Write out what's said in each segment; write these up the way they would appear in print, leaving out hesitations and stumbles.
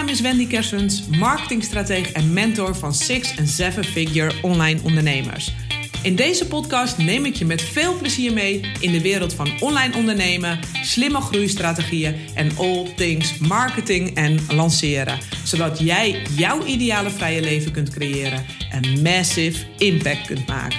naam is Wendy Kersens, marketingstratege en mentor van 6- en 7-figure online ondernemers. In deze podcast neem ik je met veel plezier mee in de wereld van online ondernemen, slimme groeistrategieën en all things marketing en lanceren. Zodat jij jouw ideale vrije leven kunt creëren en massive impact kunt maken.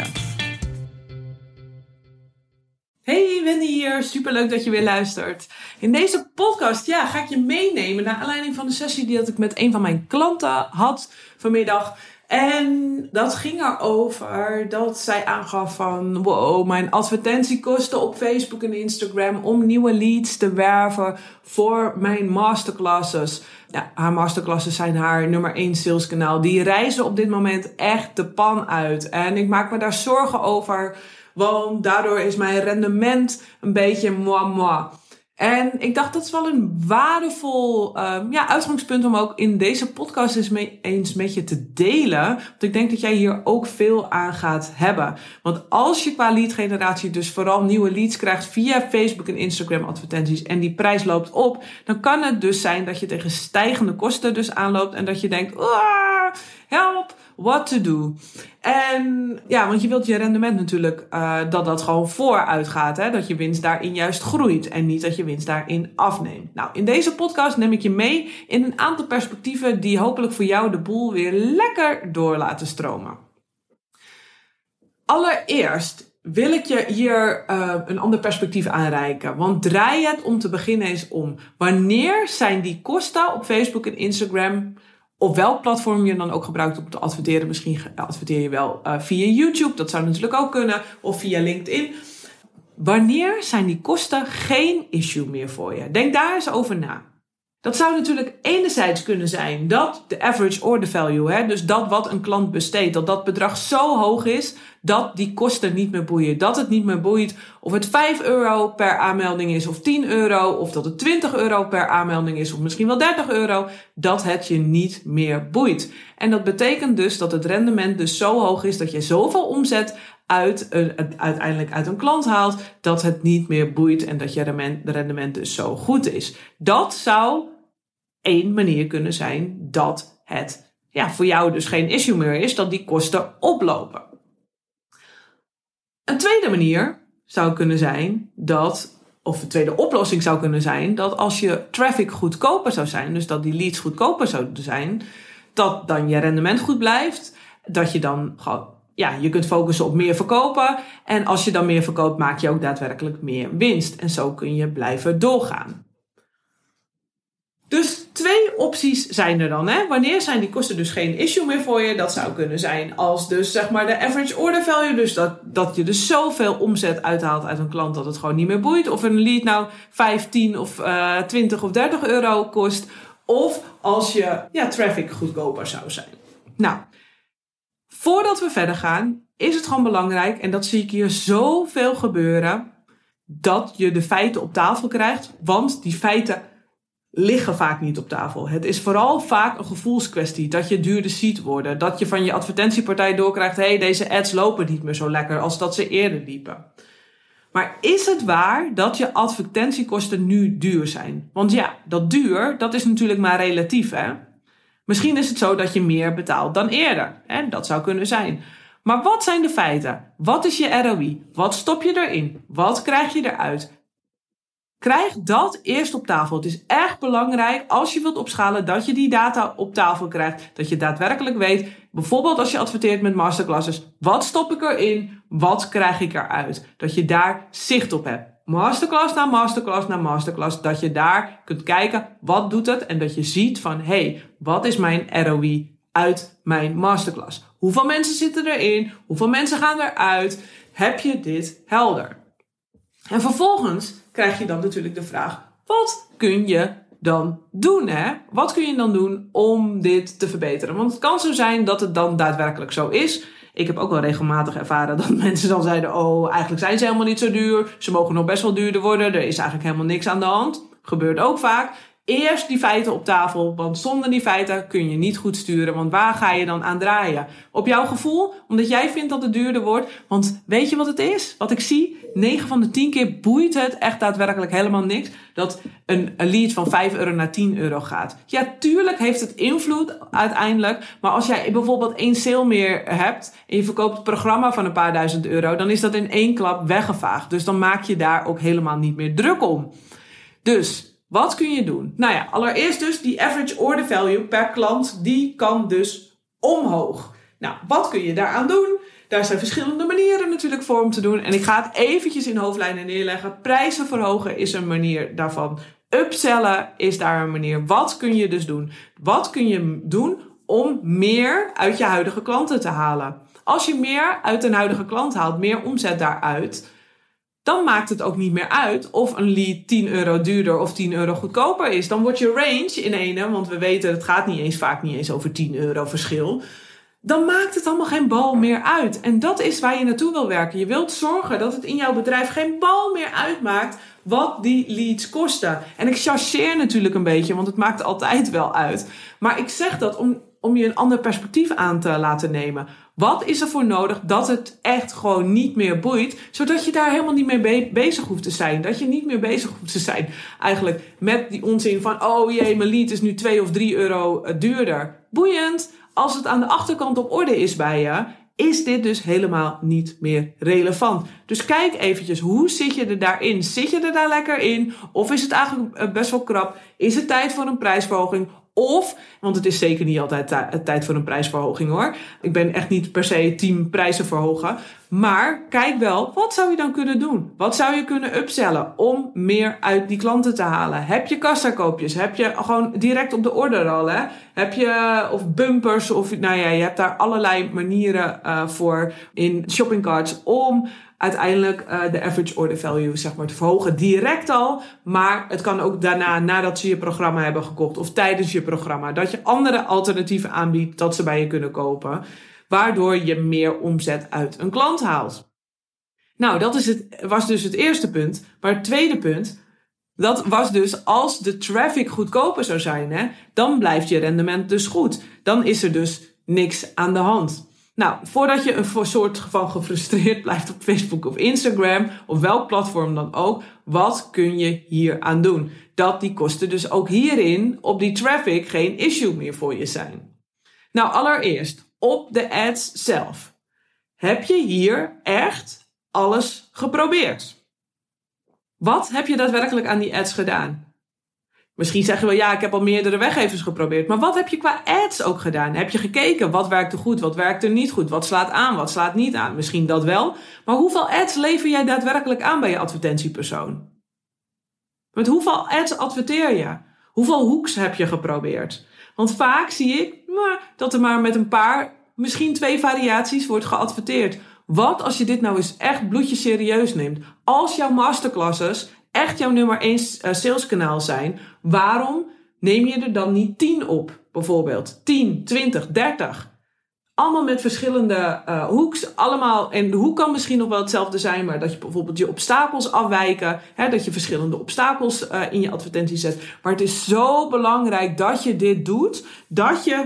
Hey, Wendy hier. Superleuk dat je weer luistert. In deze podcast ga ik je meenemen naar aanleiding van de sessie die ik met een van mijn klanten had vanmiddag. En dat ging erover dat zij aangaf van wow, mijn advertentiekosten op Facebook en Instagram om nieuwe leads te werven voor mijn masterclasses. Ja, haar masterclasses zijn haar nummer 1 saleskanaal. Die reizen op dit moment echt de pan uit. En ik maak me daar zorgen over, want daardoor is mijn rendement een beetje moi. En ik dacht, dat is wel een waardevol uitgangspunt om ook in deze podcast eens met je te delen. Want ik denk dat jij hier ook veel aan gaat hebben. Want als je qua lead generatie dus vooral nieuwe leads krijgt via Facebook en Instagram advertenties en die prijs loopt op, dan kan het dus zijn dat je tegen stijgende kosten dus aanloopt en dat je denkt, help, what to do. En ja, want je wilt je rendement natuurlijk dat gewoon vooruit gaat. Hè? Dat je winst daarin juist groeit en niet dat je winst daarin afneemt. Nou, in deze podcast neem ik je mee in een aantal perspectieven die hopelijk voor jou de boel weer lekker door laten stromen. Allereerst wil ik je hier een ander perspectief aanreiken. Want draai het om te beginnen eens om. Wanneer zijn die kosten op Facebook en Instagram, op welk platform je dan ook gebruikt om te adverteren? Misschien adverteer je wel via YouTube, dat zou natuurlijk ook kunnen, of via LinkedIn. Wanneer zijn die kosten geen issue meer voor je? Denk daar eens over na. Dat zou natuurlijk enerzijds kunnen zijn dat de average order value, dus dat wat een klant besteedt, dat bedrag zo hoog is dat die kosten niet meer boeien. Dat het niet meer boeit of het €5 per aanmelding is of €10 of dat het €20 per aanmelding is of misschien wel €30. Dat het je niet meer boeit. En dat betekent dus dat het rendement dus zo hoog is dat je zoveel omzet uiteindelijk uit een klant haalt dat het niet meer boeit en dat je rendement dus zo goed is. Dat zou één manier kunnen zijn dat het voor jou dus geen issue meer is, dat die kosten oplopen. Een tweede manier zou kunnen zijn of een tweede oplossing zou kunnen zijn dat als je traffic goedkoper zou zijn, dus dat die leads goedkoper zouden zijn, dat dan je rendement goed blijft, dat je dan gewoon je kunt focussen op meer verkopen. En als je dan meer verkoopt, maak je ook daadwerkelijk meer winst. En zo kun je blijven doorgaan. Dus 2 opties zijn er dan. Hè? Wanneer zijn die kosten dus geen issue meer voor je? Dat zou kunnen zijn als dus zeg maar de average order value. Dus dat je dus zoveel omzet uithaalt uit een klant dat het gewoon niet meer boeit. Of een lead nou 5, 10 of 20 of €30 kost. Of als je traffic goedkoper zou zijn. Nou, voordat we verder gaan, is het gewoon belangrijk, en dat zie ik hier zoveel gebeuren, dat je de feiten op tafel krijgt, want die feiten liggen vaak niet op tafel. Het is vooral vaak een gevoelskwestie, dat je duurder ziet worden, dat je van je advertentiepartij doorkrijgt, deze ads lopen niet meer zo lekker als dat ze eerder liepen. Maar is het waar dat je advertentiekosten nu duur zijn? Want dat is natuurlijk maar relatief, hè? Misschien is het zo dat je meer betaalt dan eerder. Dat zou kunnen zijn. Maar wat zijn de feiten? Wat is je ROI? Wat stop je erin? Wat krijg je eruit? Krijg dat eerst op tafel. Het is erg belangrijk als je wilt opschalen dat je die data op tafel krijgt. Dat je daadwerkelijk weet, bijvoorbeeld als je adverteert met masterclasses, wat stop ik erin? Wat krijg ik eruit? Dat je daar zicht op hebt. Masterclass na masterclass na masterclass. Dat je daar kunt kijken, wat doet het? En dat je ziet van, wat is mijn ROI uit mijn masterclass? Hoeveel mensen zitten erin? Hoeveel mensen gaan eruit? Heb je dit helder? En vervolgens krijg je dan natuurlijk de vraag, wat kun je dan doen? Wat kun je dan doen om dit te verbeteren? Want het kan zo zijn dat het dan daadwerkelijk zo is. Ik heb ook wel regelmatig ervaren dat mensen dan zeiden, eigenlijk zijn ze helemaal niet zo duur. Ze mogen nog best wel duurder worden. Er is eigenlijk helemaal niks aan de hand. Gebeurt ook vaak. Eerst die feiten op tafel, want zonder die feiten kun je niet goed sturen. Want waar ga je dan aan draaien? Op jouw gevoel? Omdat jij vindt dat het duurder wordt? Want weet je wat het is? Wat ik zie? 9 van de 10 keer boeit het echt daadwerkelijk helemaal niks dat een lead van €5 naar €10 gaat. Ja, tuurlijk heeft het invloed uiteindelijk. Maar als jij bijvoorbeeld 1 sale meer hebt en je verkoopt het programma van een paar €1000, dan is dat in 1 klap weggevaagd. Dus dan maak je daar ook helemaal niet meer druk om. Dus wat kun je doen? Nou ja, allereerst dus die average order value per klant, die kan dus omhoog. Nou, wat kun je daaraan doen? Daar zijn verschillende manieren natuurlijk voor om te doen. En ik ga het eventjes in hoofdlijnen neerleggen. Prijzen verhogen is een manier daarvan. Upsellen is daar een manier. Wat kun je dus doen? Wat kun je doen om meer uit je huidige klanten te halen? Als je meer uit een huidige klant haalt, meer omzet daaruit, dan maakt het ook niet meer uit of een lead €10 duurder of €10 goedkoper is. Dan wordt je range in ene, want we weten het gaat vaak niet eens over €10 verschil. Dan maakt het allemaal geen bal meer uit. En dat is waar je naartoe wil werken. Je wilt zorgen dat het in jouw bedrijf geen bal meer uitmaakt wat die leads kosten. En ik chargeer natuurlijk een beetje, want het maakt altijd wel uit. Maar ik zeg dat om je een ander perspectief aan te laten nemen. Wat is er voor nodig dat het echt gewoon niet meer boeit, zodat je daar helemaal niet mee bezig hoeft te zijn. Dat je niet meer bezig hoeft te zijn eigenlijk met die onzin van, oh jee, mijn lead is nu €2 of €3 duurder. Boeiend. Als het aan de achterkant op orde is bij je, is dit dus helemaal niet meer relevant. Dus kijk eventjes, hoe zit je er daarin? Zit je er daar lekker in? Of is het eigenlijk best wel krap? Is het tijd voor een prijsverhoging? Of, want het is zeker niet altijd tijd voor een prijsverhoging hoor. Ik ben echt niet per se team prijzen verhogen. Maar kijk wel, wat zou je dan kunnen doen? Wat zou je kunnen upsellen om meer uit die klanten te halen? Heb je kassakoopjes? Heb je gewoon direct op de order al? Hè? Heb je of bumpers? Of nou ja, je hebt daar allerlei manieren voor in shoppingcarts om uiteindelijk de average order value zeg maar te verhogen. Direct al, maar het kan ook daarna, nadat ze je programma hebben gekocht of tijdens je programma, dat je andere alternatieven aanbiedt dat ze bij je kunnen kopen, waardoor je meer omzet uit een klant haalt. Nou, dat was dus het eerste punt. Maar het tweede punt, dat was dus als de traffic goedkoper zou zijn, hè, dan blijft je rendement dus goed. Dan is er dus niks aan de hand. Nou, voordat je een soort van gefrustreerd blijft op Facebook of Instagram, of welk platform dan ook, wat kun je hier aan doen? Dat die kosten dus ook hierin op die traffic geen issue meer voor je zijn. Nou, allereerst op de ads zelf. Heb je hier echt alles geprobeerd? Wat heb je daadwerkelijk aan die ads gedaan? Misschien zeggen we, ja, ik heb al meerdere weggevers geprobeerd. Maar wat heb je qua ads ook gedaan? Heb je gekeken, wat werkte goed, wat werkte niet goed? Wat slaat aan, wat slaat niet aan? Misschien dat wel. Maar hoeveel ads lever jij daadwerkelijk aan bij je advertentiepersoon? Met hoeveel ads adverteer je? Hoeveel hooks heb je geprobeerd? Want vaak zie ik dat er maar met een paar, misschien 2 variaties wordt geadverteerd. Wat als je dit nou eens echt bloedje serieus neemt? Als jouw masterclasses echt jouw nummer 1 saleskanaal zijn, waarom neem je er dan niet 10 op? Bijvoorbeeld 10, 20, 30. Allemaal met verschillende hooks. Allemaal, en de hoek kan misschien nog wel hetzelfde zijn, maar dat je bijvoorbeeld je obstakels afwijken. Hè, dat je verschillende obstakels in je advertentie zet. Maar het is zo belangrijk dat je dit doet, dat je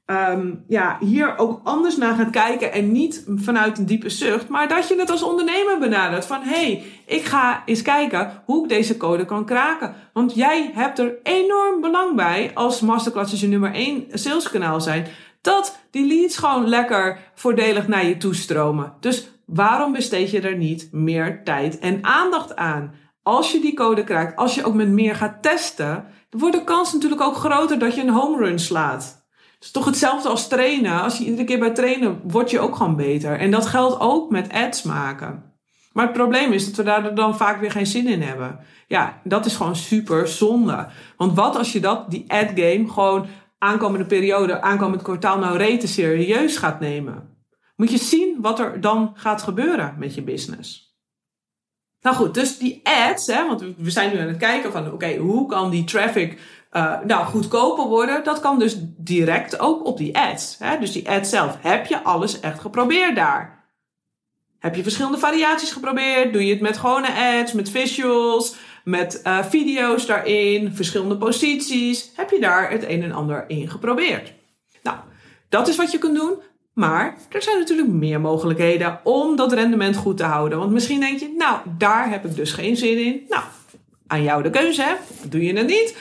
hier ook anders naar gaat kijken en niet vanuit een diepe zucht, maar dat je het als ondernemer benadert van ik ga eens kijken hoe ik deze code kan kraken. Want jij hebt er enorm belang bij als masterclasses je nummer 1 saleskanaal zijn, dat die leads gewoon lekker voordelig naar je toestromen. Dus waarom besteed je er niet meer tijd en aandacht aan? Als je die code kraakt, als je ook met meer gaat testen, dan wordt de kans natuurlijk ook groter dat je een home run slaat. Het is toch hetzelfde als trainen. Als je iedere keer bij trainen, word je ook gewoon beter. En dat geldt ook met ads maken. Maar het probleem is dat we daar dan vaak weer geen zin in hebben. Ja, dat is gewoon super zonde. Want wat als je die ad game gewoon aankomende periode, aankomend kwartaal nou rete serieus gaat nemen? Moet je zien wat er dan gaat gebeuren met je business. Nou goed, dus die ads, want we zijn nu aan het kijken van hoe kan die traffic goedkoper worden? Dat kan dus direct ook op die ads. Dus die ads zelf. Heb je alles echt geprobeerd daar? Heb je verschillende variaties geprobeerd? Doe je het met gewone ads, met visuals, met video's daarin, verschillende posities. Heb je daar het een en ander in geprobeerd? Nou, dat is wat je kunt doen. Maar er zijn natuurlijk meer mogelijkheden om dat rendement goed te houden. Want misschien denk je, nou, daar heb ik dus geen zin in. Nou, aan jou de keuze, hè? Doe je het niet?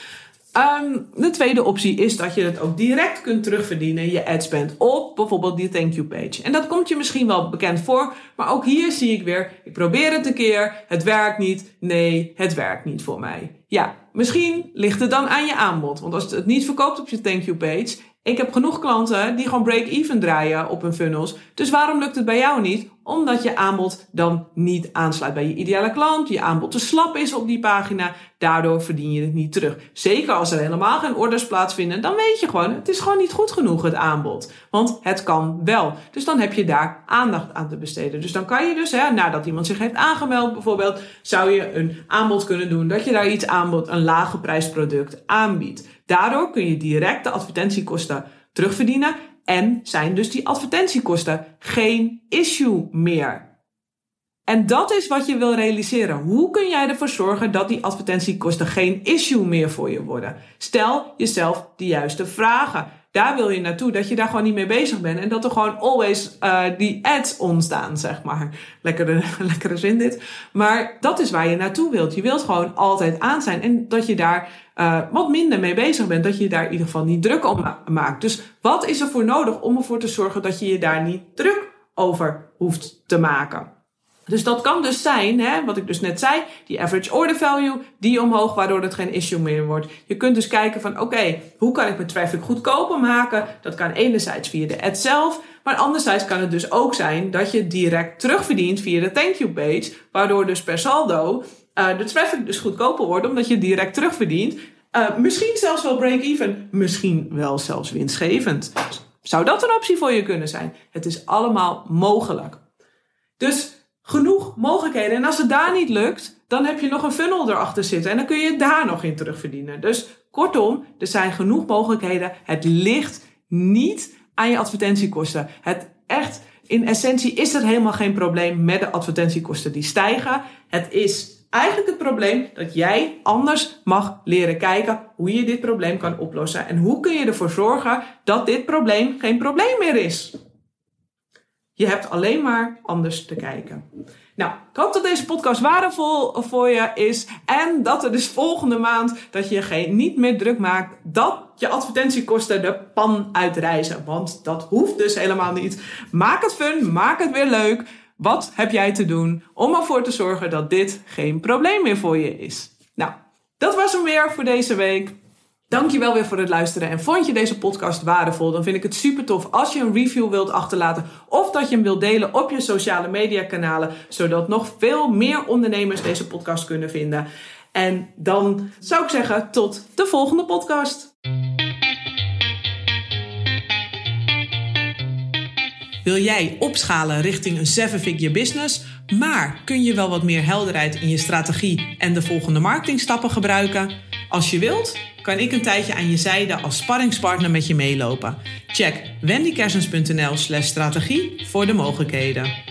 De tweede optie is dat je het ook direct kunt terugverdienen, je adspend, op bijvoorbeeld die thank you page. En dat komt je misschien wel bekend voor, maar ook hier zie ik weer, ik probeer het een keer, het werkt niet, nee, het werkt niet voor mij. Ja, misschien ligt het dan aan je aanbod, want als het niet verkoopt op je thank you page, ik heb genoeg klanten die gewoon break-even draaien op hun funnels. Dus waarom lukt het bij jou niet? Omdat je aanbod dan niet aansluit bij je ideale klant. Je aanbod te slap is op die pagina. Daardoor verdien je het niet terug. Zeker als er helemaal geen orders plaatsvinden. Dan weet je gewoon, het is gewoon niet goed genoeg het aanbod. Want het kan wel. Dus dan heb je daar aandacht aan te besteden. Dus dan kan je dus, nadat iemand zich heeft aangemeld bijvoorbeeld, zou je een aanbod kunnen doen. Dat je daar iets aanbod, een lage prijsproduct aanbiedt. Daardoor kun je direct de advertentiekosten terugverdienen en zijn dus die advertentiekosten geen issue meer. En dat is wat je wil realiseren. Hoe kun jij ervoor zorgen dat die advertentiekosten geen issue meer voor je worden? Stel jezelf de juiste vragen. Daar wil je naartoe, dat je daar gewoon niet mee bezig bent. En dat er gewoon always die ads ontstaan, zeg maar. Lekkere zin dit. Maar dat is waar je naartoe wilt. Je wilt gewoon altijd aan zijn. En dat je daar wat minder mee bezig bent. Dat je daar in ieder geval niet druk om maakt. Dus wat is er voor nodig om ervoor te zorgen dat je je daar niet druk over hoeft te maken? Dus dat kan dus zijn, wat ik dus net zei, die average order value, die omhoog, waardoor het geen issue meer wordt. Je kunt dus kijken van, oké, hoe kan ik mijn traffic goedkoper maken? Dat kan enerzijds via de ad zelf, maar anderzijds kan het dus ook zijn dat je direct terugverdient via de thank you page, waardoor dus per saldo de traffic dus goedkoper wordt, omdat je direct terugverdient. Misschien zelfs wel break-even, misschien wel zelfs winstgevend. Zou dat een optie voor je kunnen zijn? Het is allemaal mogelijk. Dus genoeg mogelijkheden. En als het daar niet lukt, dan heb je nog een funnel erachter zitten. En dan kun je daar nog in terugverdienen. Dus kortom, er zijn genoeg mogelijkheden. Het ligt niet aan je advertentiekosten. In essentie is er helemaal geen probleem met de advertentiekosten die stijgen. Het is eigenlijk het probleem dat jij anders mag leren kijken hoe je dit probleem kan oplossen. En hoe kun je ervoor zorgen dat dit probleem geen probleem meer is. Je hebt alleen maar anders te kijken. Nou, ik hoop dat deze podcast waardevol voor je is. En dat er dus volgende maand dat je niet meer druk maakt dat je advertentiekosten de pan uitreizen. Want dat hoeft dus helemaal niet. Maak het fun, maak het weer leuk. Wat heb jij te doen om ervoor te zorgen dat dit geen probleem meer voor je is? Nou, dat was hem weer voor deze week. Dankjewel weer voor het luisteren. En vond je deze podcast waardevol? Dan vind ik het super tof als je een review wilt achterlaten. Of dat je hem wilt delen op je sociale media kanalen. Zodat nog veel meer ondernemers deze podcast kunnen vinden. En dan zou ik zeggen tot de volgende podcast. Wil jij opschalen richting een 7-figure business, maar kun je wel wat meer helderheid in je strategie en de volgende marketingstappen gebruiken? Als je wilt, kan ik een tijdje aan je zijde als sparringspartner met je meelopen. Check wendykersens.nl/strategie voor de mogelijkheden.